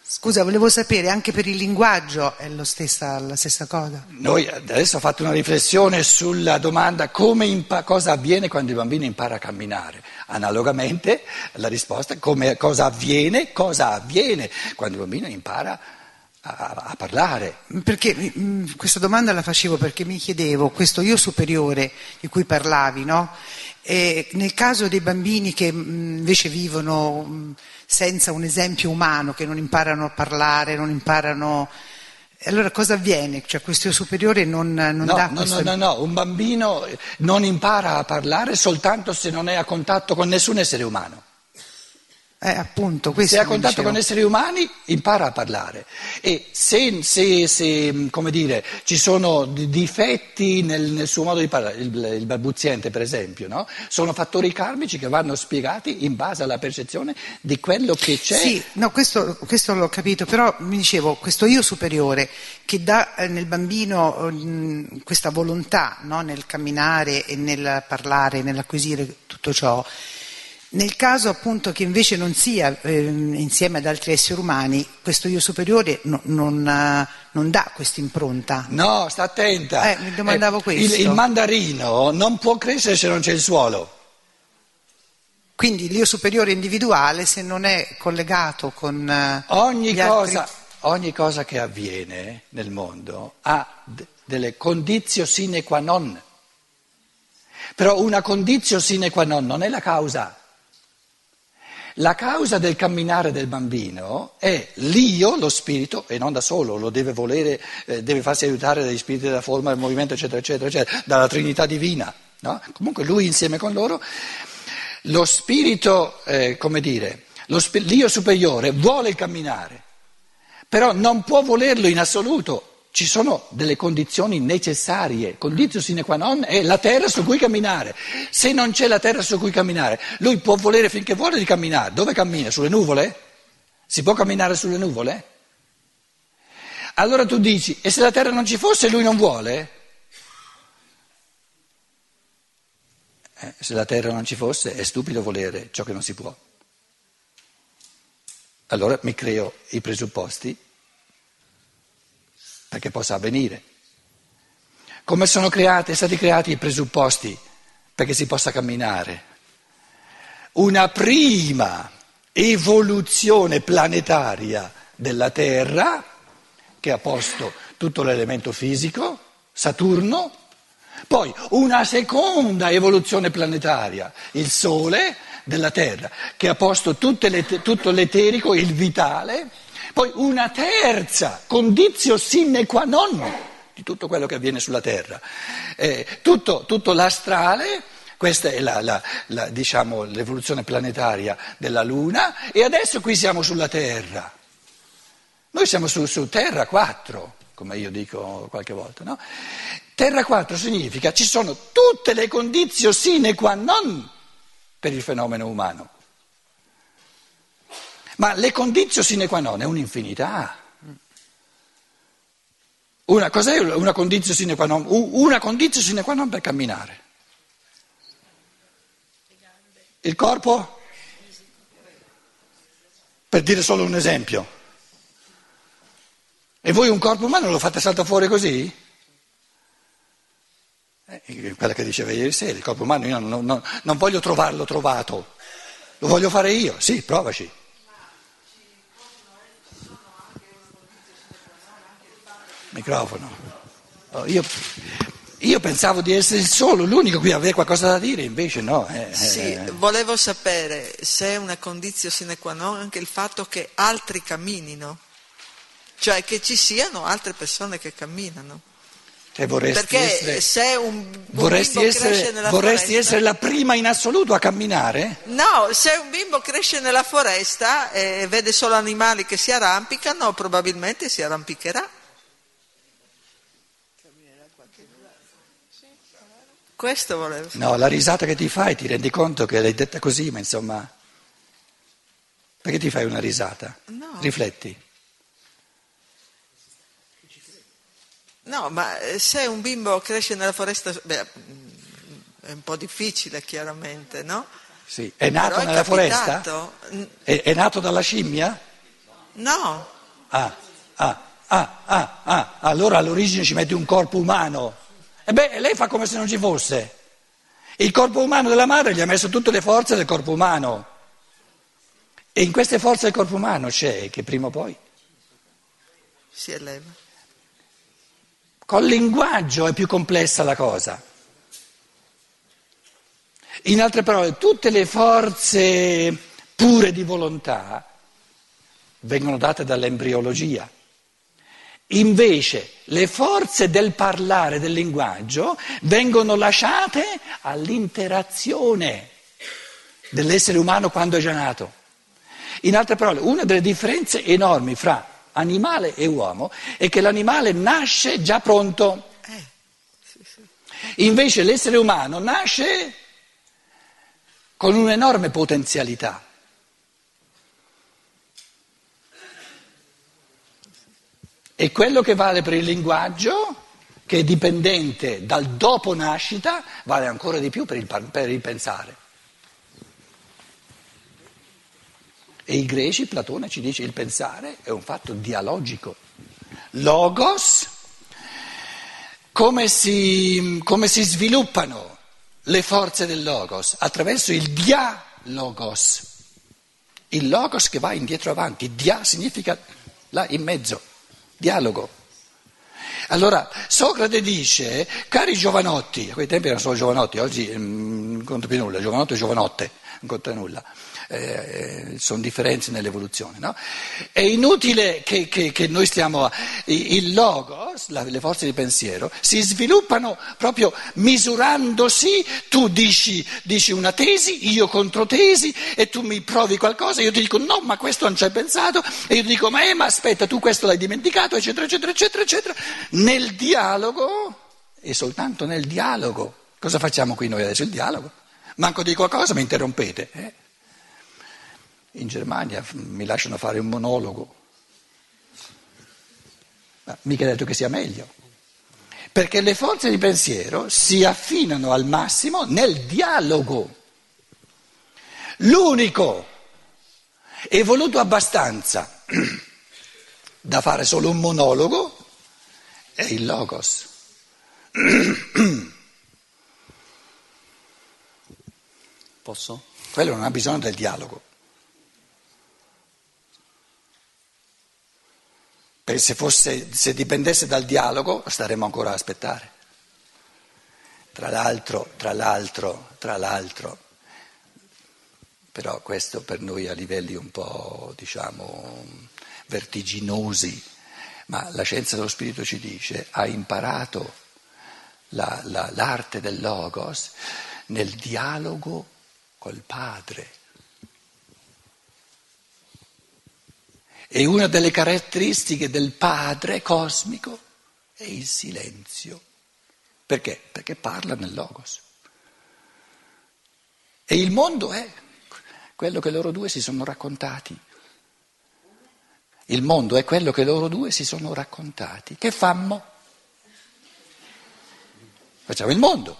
Scusa, volevo sapere, anche per il linguaggio è la stessa cosa? Noi adesso ho fatto una riflessione sulla domanda cosa avviene quando il bambino impara a camminare. Analogamente la risposta è cosa avviene quando il bambino impara a parlare. Perché questa domanda la facevo perché mi chiedevo, questo io superiore di cui parlavi, no? E nel caso dei bambini che invece vivono senza un esempio umano, che non imparano a parlare, non imparano... Allora cosa avviene? Cioè questo io superiore non dà questo... No, un bambino non impara a parlare soltanto se non è a contatto con nessun essere umano. Appunto, questo se è a contatto con esseri umani impara a parlare e se come dire, ci sono difetti nel suo modo di parlare, il balbuziente per esempio, no? Sono fattori karmici che vanno spiegati in base alla percezione di quello che c'è. Sì, no, questo l'ho capito, però mi dicevo, questo io superiore che dà nel bambino questa volontà, no? Nel camminare e nel parlare, nell'acquisire tutto ciò. Nel caso appunto che invece non sia insieme ad altri esseri umani, questo io superiore non dà questa impronta. No, sta attenta. Mi domandavo questo. Il mandarino non può crescere se non c'è il suolo. Quindi l'io superiore individuale, se non è collegato con ogni cosa che avviene nel mondo ha delle conditio sine qua non. Però una conditio sine qua non è la causa. La causa del camminare del bambino è l'io, lo spirito, e non da solo, lo deve volere, deve farsi aiutare dagli spiriti della forma, del movimento, eccetera, eccetera, eccetera, dalla Trinità divina. No? Comunque lui insieme con loro, lo spirito, l'io superiore vuole il camminare, però non può volerlo in assoluto. Ci sono delle condizioni necessarie, condizio sine qua non è la terra su cui camminare. Se non c'è la terra su cui camminare, lui può volere finché vuole di camminare. Dove cammina? Sulle nuvole? Si può camminare sulle nuvole? Allora tu dici, e se la terra non ci fosse lui non vuole? Se la terra non ci fosse è stupido volere ciò che non si può. Allora mi creo i presupposti perché possa avvenire. Come sono stati creati i presupposti perché si possa camminare? Una prima evoluzione planetaria della Terra che ha posto tutto l'elemento fisico, Saturno, poi una seconda evoluzione planetaria, il Sole della Terra, che ha posto tutto l'eterico, il vitale. Poi una terza condizio sine qua non di tutto quello che avviene sulla Terra, tutto l'astrale, questa è diciamo, l'evoluzione planetaria della Luna e adesso qui siamo sulla Terra. Noi siamo su Terra 4, come io dico qualche volta, no? Terra 4 significa ci sono tutte le condizio sine qua non per il fenomeno umano. Ma le condizio sine qua non è un'infinità. Cos'è una condizio sine qua non? Una condizio sine qua non per camminare. Il corpo? Per dire solo un esempio. E voi un corpo umano lo fate saltare fuori così? Quella che diceva ieri sera, il corpo umano io non voglio trovarlo trovato, lo voglio fare io, sì, provaci. Microfono. Io pensavo di essere il solo, l'unico qui a avere qualcosa da dire, invece no. Sì, volevo sapere se è una condizio sine qua non anche il fatto che altri camminino, cioè che ci siano altre persone che camminano. Perché se un bimbo cresce nella vorresti essere la prima in assoluto a camminare? No, se un bimbo cresce nella foresta e vede solo animali che si arrampicano, probabilmente si arrampicherà. Questo volevo sapere. No, la risata che ti fai, ti rendi conto che l'hai detta così, ma insomma, perché ti fai una risata? No. Rifletti. No, ma se un bimbo cresce nella foresta, è un po' difficile chiaramente, no? Sì, è nato nella foresta? È nato dalla scimmia? No. allora all'origine ci metti un corpo umano. E lei fa come se non ci fosse. Il corpo umano della madre gli ha messo tutte le forze del corpo umano. E in queste forze del corpo umano c'è che prima o poi si eleva. Col linguaggio è più complessa la cosa. In altre parole, tutte le forze pure di volontà vengono date dall'embriologia. Invece le forze del parlare, del linguaggio, vengono lasciate all'interazione dell'essere umano quando è già nato. In altre parole, una delle differenze enormi fra animale e uomo è che l'animale nasce già pronto. Invece l'essere umano nasce con un'enorme potenzialità. E quello che vale per il linguaggio, che è dipendente dal dopo nascita, vale ancora di più per il pensare. E i greci, Platone ci dice, il pensare è un fatto dialogico. Logos, come si sviluppano le forze del logos? Attraverso il dialogos. Il logos che va indietro avanti, dia significa là in mezzo, dialogo. Allora Socrate dice, cari giovanotti, a quei tempi erano solo giovanotti, oggi non conta più nulla, giovanotto e giovanotte, non conta nulla. Sono differenze nell'evoluzione, no? È inutile che noi stiamo il logos, le forze di pensiero si sviluppano proprio misurandosi. Tu dici una tesi, io controtesi, e tu mi provi qualcosa, io ti dico no, ma questo non ci hai pensato, e io ti dico ma aspetta, tu questo l'hai dimenticato, eccetera eccetera eccetera eccetera. Nel dialogo, e soltanto nel dialogo, cosa facciamo qui noi adesso? Il dialogo. Manco di qualcosa mi interrompete, In Germania mi lasciano fare un monologo, ma mica detto che sia meglio, perché le forze di pensiero si affinano al massimo nel dialogo. L'unico evoluto abbastanza da fare solo un monologo è il logos. Posso? Quello non ha bisogno del dialogo. Perché se dipendesse dal dialogo staremmo ancora a aspettare. Tra l'altro, però questo per noi a livelli un po', vertiginosi, ma la scienza dello spirito ci dice, ha imparato l'arte del logos nel dialogo col Padre. E una delle caratteristiche del Padre cosmico è il silenzio. Perché? Perché parla nel Logos. E il mondo è quello che loro due si sono raccontati. Il mondo è quello che loro due si sono raccontati. Che fammo? Facciamo il mondo.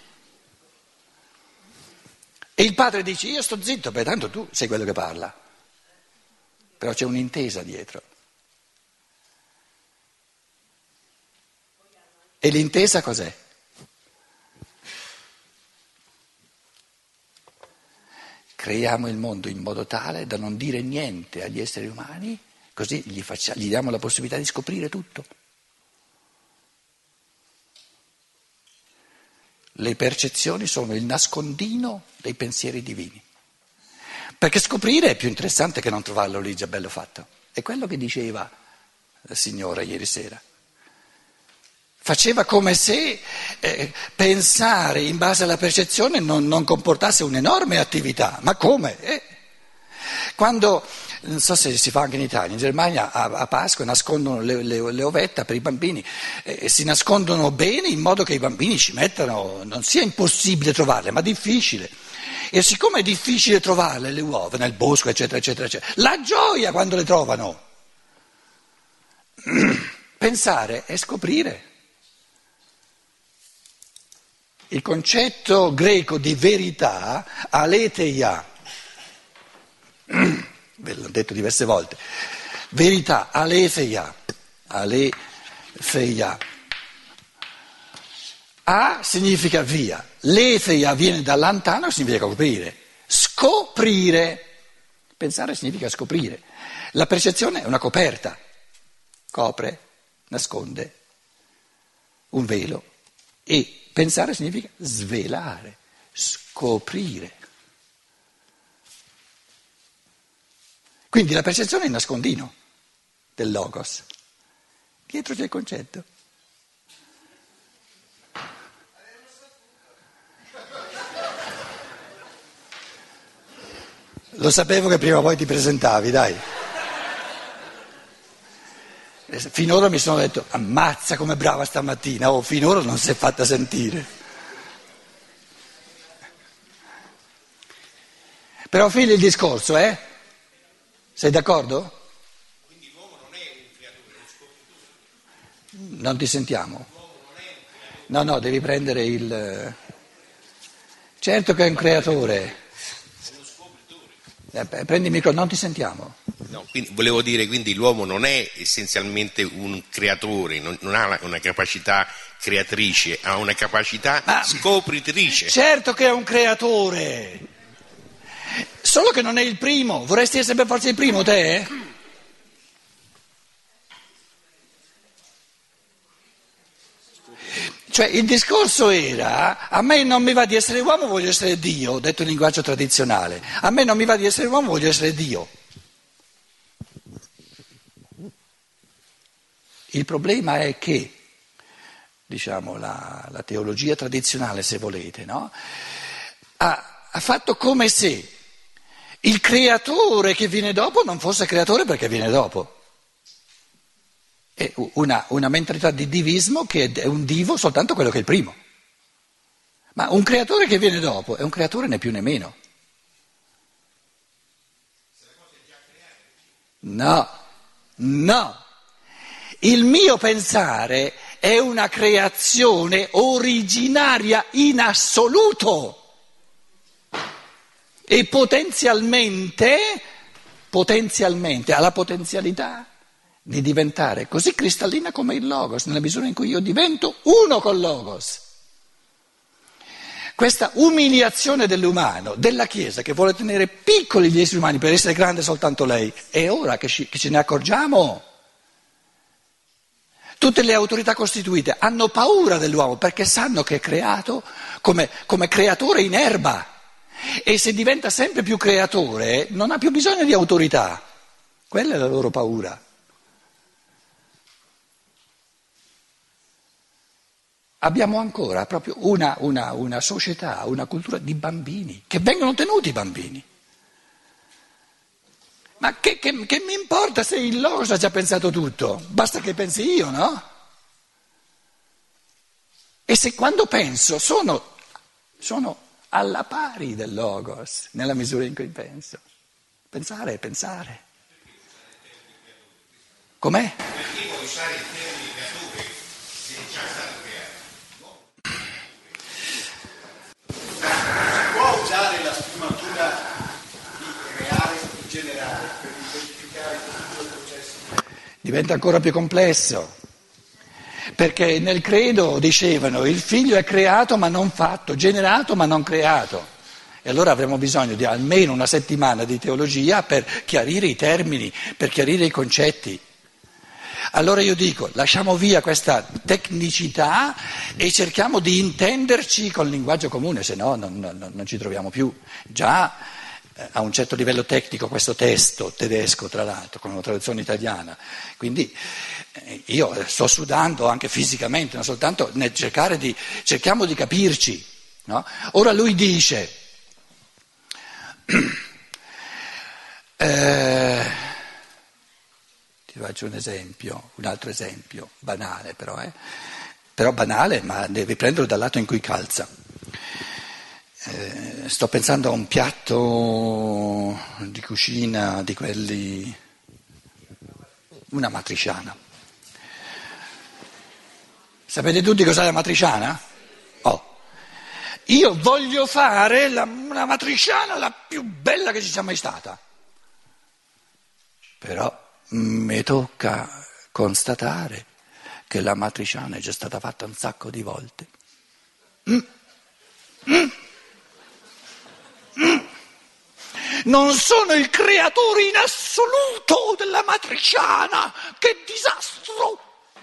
E il Padre dice, io sto zitto, tanto tu sei quello che parla. Però c'è un'intesa dietro. E l'intesa cos'è? Creiamo il mondo in modo tale da non dire niente agli esseri umani, così gli diamo la possibilità di scoprire tutto. Le percezioni sono il nascondino dei pensieri divini. Perché scoprire è più interessante che non trovarlo lì già bello fatto. È quello che diceva la signora ieri sera. Faceva come se pensare in base alla percezione non comportasse un'enorme attività. Ma come? Quando, non so se si fa anche in Italia, in Germania a Pasqua nascondono le ovetta per i bambini, si nascondono bene in modo che i bambini ci mettano, non sia impossibile trovarle, ma difficile. E siccome è difficile trovarle le uova nel bosco, eccetera, eccetera, eccetera, la gioia quando le trovano. Pensare è scoprire. Il concetto greco di verità, aletheia, ve l'ho detto diverse volte, verità, aletheia. A significa via, letheia viene da lontano, significa coprire, scoprire. Pensare significa scoprire. La percezione è una coperta, copre, nasconde un velo. E pensare significa svelare, scoprire. Quindi la percezione è il nascondino del logos. Dietro c'è il concetto. Lo sapevo che prima o poi ti presentavi, dai. Finora mi sono detto, ammazza com'è brava stamattina, finora non si è fatta sentire. Però figli il discorso, Sei d'accordo? Quindi l'uomo non è un creatore, è un scopritore. Non ti sentiamo. L'uomo non è un creatore. No, devi prendere il... Certo che è un creatore. Prendi il microfono, non ti sentiamo. No, quindi, volevo dire, quindi l'uomo non è essenzialmente un creatore, non ha una capacità creatrice, ha una capacità scopritrice. Certo che è un creatore, solo che non è il primo. Vorresti essere per forza il primo, te? Cioè il discorso era, a me non mi va di essere uomo, voglio essere Dio, detto in linguaggio tradizionale, a me non mi va di essere uomo, voglio essere Dio. Il problema è che, diciamo, la teologia tradizionale, se volete, no? ha fatto come se il creatore che viene dopo non fosse creatore perché viene dopo. È una mentalità di divismo che è un divo soltanto quello che è il primo. Ma un creatore che viene dopo è un creatore né più né meno. No. Il mio pensare è una creazione originaria in assoluto e potenzialmente ha la potenzialità di diventare così cristallina come il Logos, nella misura in cui io divento uno col Logos. Questa umiliazione dell'umano, della Chiesa, che vuole tenere piccoli gli esseri umani per essere grande soltanto lei, è ora che ce ne accorgiamo. Tutte le autorità costituite hanno paura dell'uomo perché sanno che è creato come creatore in erba e se diventa sempre più creatore non ha più bisogno di autorità. Quella è la loro paura. Abbiamo ancora proprio una società, una cultura di bambini, che vengono tenuti bambini. Ma che mi importa se il Logos ha già pensato tutto? Basta che pensi io, no? E se quando penso sono alla pari del Logos, nella misura in cui penso. Pensare è pensare. Com'è? Perché vuoi usare il termine creatore se è già stato creato? Può usare la sfumatura di creare, di generare, per identificare tutti i due processi? Diventa ancora più complesso, perché nel credo dicevano il figlio è creato ma non fatto, generato ma non creato. E allora avremo bisogno di almeno una settimana di teologia per chiarire i termini, per chiarire i concetti. Allora io dico, lasciamo via questa tecnicità e cerchiamo di intenderci col linguaggio comune, se no non ci troviamo più. Già a un certo livello tecnico questo testo tedesco, tra l'altro, con una traduzione italiana, quindi io sto sudando anche fisicamente, non soltanto nel cerchiamo di capirci, no? Ora lui dice... Ti faccio un altro esempio, banale però banale, ma devi prenderlo dal lato in cui calza. Sto pensando a un piatto di cucina di quelli, una matriciana. Sapete tutti cos'è la matriciana? Io voglio fare una matriciana la più bella che ci sia mai stata. Però mi tocca constatare che la matriciana è già stata fatta un sacco di volte. Non sono il creatore in assoluto della matriciana, che disastro!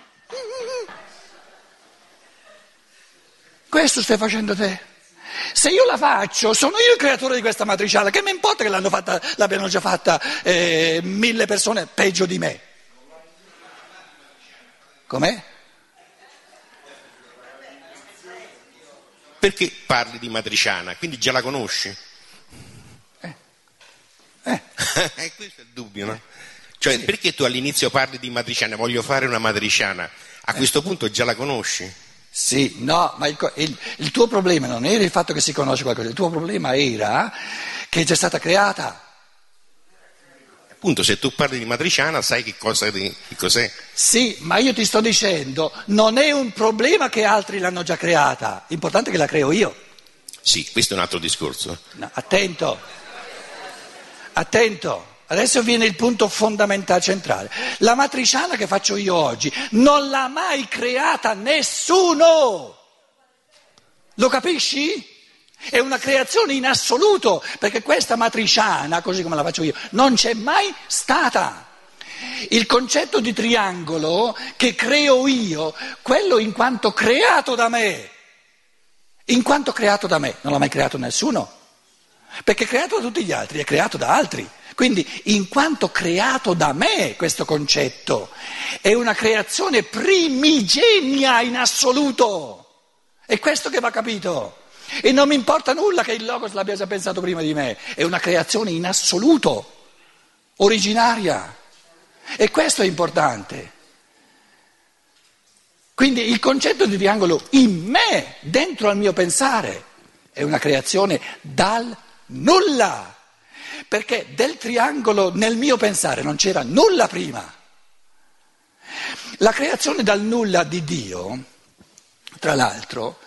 Questo stai facendo te. Se io la faccio, sono io il creatore di questa matriciana, che mi importa che l'abbiano già fatta 1000 persone peggio di me? Com'è? Perché parli di matriciana? Quindi già la conosci? Questo è il dubbio, no? Cioè, sì. Perché tu all'inizio parli di matriciana, voglio fare una matriciana, a questo punto già la conosci? Sì, no, ma il tuo problema non era il fatto che si conosce qualcosa, il tuo problema era che è già stata creata. Appunto, se tu parli di matriciana sai che cos'è? Sì, ma io ti sto dicendo, non è un problema che altri l'hanno già creata, l'importante è che la creo io. Sì, questo è un altro discorso. No, attento, adesso viene il punto fondamentale, centrale. La matriciana che faccio io oggi non l'ha mai creata nessuno, lo capisci? È una creazione in assoluto, perché questa matriciana, così come la faccio io, non c'è mai stata. Il concetto di triangolo che creo io, quello in quanto creato da me, non l'ha mai creato nessuno, perché è creato da tutti gli altri, è creato da altri. Quindi, in quanto creato da me, questo concetto è una creazione primigenia in assoluto. È questo che va capito. E non mi importa nulla che il Logos l'abbia già pensato prima di me, è una creazione in assoluto, originaria. E questo è importante. Quindi il concetto di triangolo in me, dentro al mio pensare, è una creazione dal nulla. Perché del triangolo nel mio pensare non c'era nulla prima. La creazione dal nulla di Dio, tra l'altro,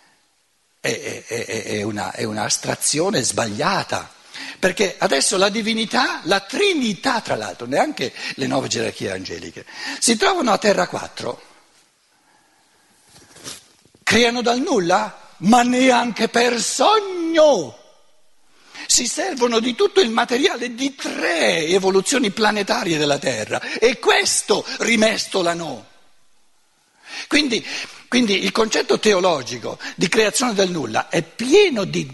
è un'astrazione sbagliata, perché adesso la divinità, la Trinità, tra l'altro, neanche le 9 gerarchie angeliche, si trovano a terra 4, creano dal nulla, ma neanche per sogno. Si servono di tutto il materiale di 3 evoluzioni planetarie della Terra e questo rimestolano. Quindi il concetto teologico di creazione del nulla è pieno di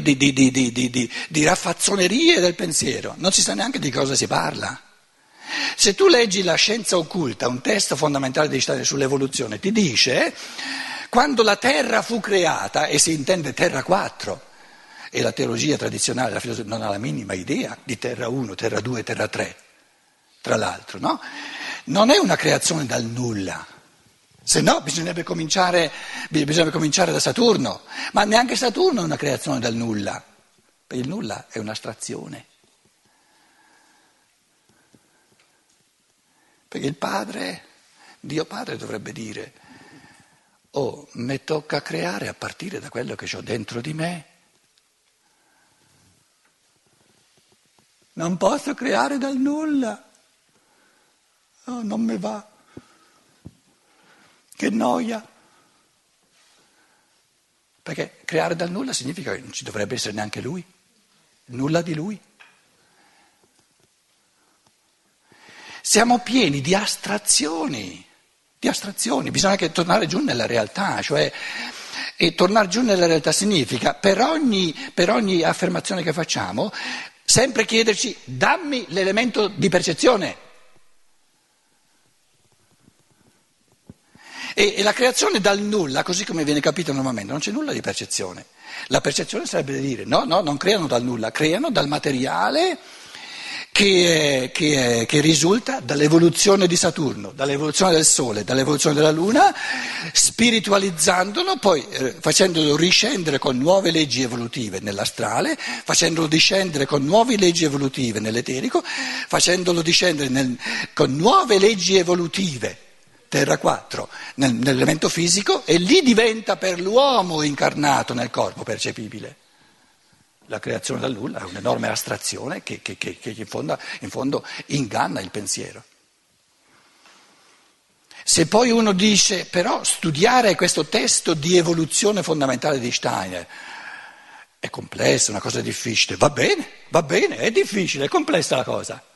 raffazzonerie del pensiero, non si sa neanche di cosa si parla. Se tu leggi La scienza occulta, un testo fondamentale di storia sull'evoluzione, ti dice quando la Terra fu creata, e si intende Terra 4, e la teologia tradizionale, la filosofia non ha la minima idea di Terra 1, Terra 2, Terra 3, tra l'altro, no? Non è una creazione dal nulla, se no bisognerebbe cominciare da Saturno, ma neanche Saturno è una creazione dal nulla, perché il nulla è un'astrazione. Perché il Padre, Dio Padre dovrebbe dire, mi tocca creare a partire da quello che ho dentro di me. Non posso creare dal nulla, non mi va, che noia. Perché creare dal nulla significa che non ci dovrebbe essere neanche lui, nulla di lui. Siamo pieni di astrazioni, bisogna che tornare giù nella realtà, e tornare giù nella realtà significa per ogni affermazione che facciamo sempre chiederci dammi l'elemento di percezione. E la creazione dal nulla, così come viene capita normalmente, non c'è nulla di percezione. La percezione sarebbe dire no, non creano dal nulla, creano dal materiale che risulta dall'evoluzione di Saturno, dall'evoluzione del Sole, dall'evoluzione della Luna, spiritualizzandolo, poi facendolo riscendere con nuove leggi evolutive nell'astrale, facendolo discendere con nuove leggi evolutive nell'eterico, facendolo discendere con nuove leggi evolutive, Terra 4, nell'elemento fisico, e lì diventa per l'uomo incarnato nel corpo percepibile. La creazione dal nulla è un'enorme astrazione che in fondo inganna il pensiero. Se poi uno dice, però studiare questo testo di evoluzione fondamentale di Steiner è complesso, è una cosa difficile, va bene, è difficile, è complessa la cosa.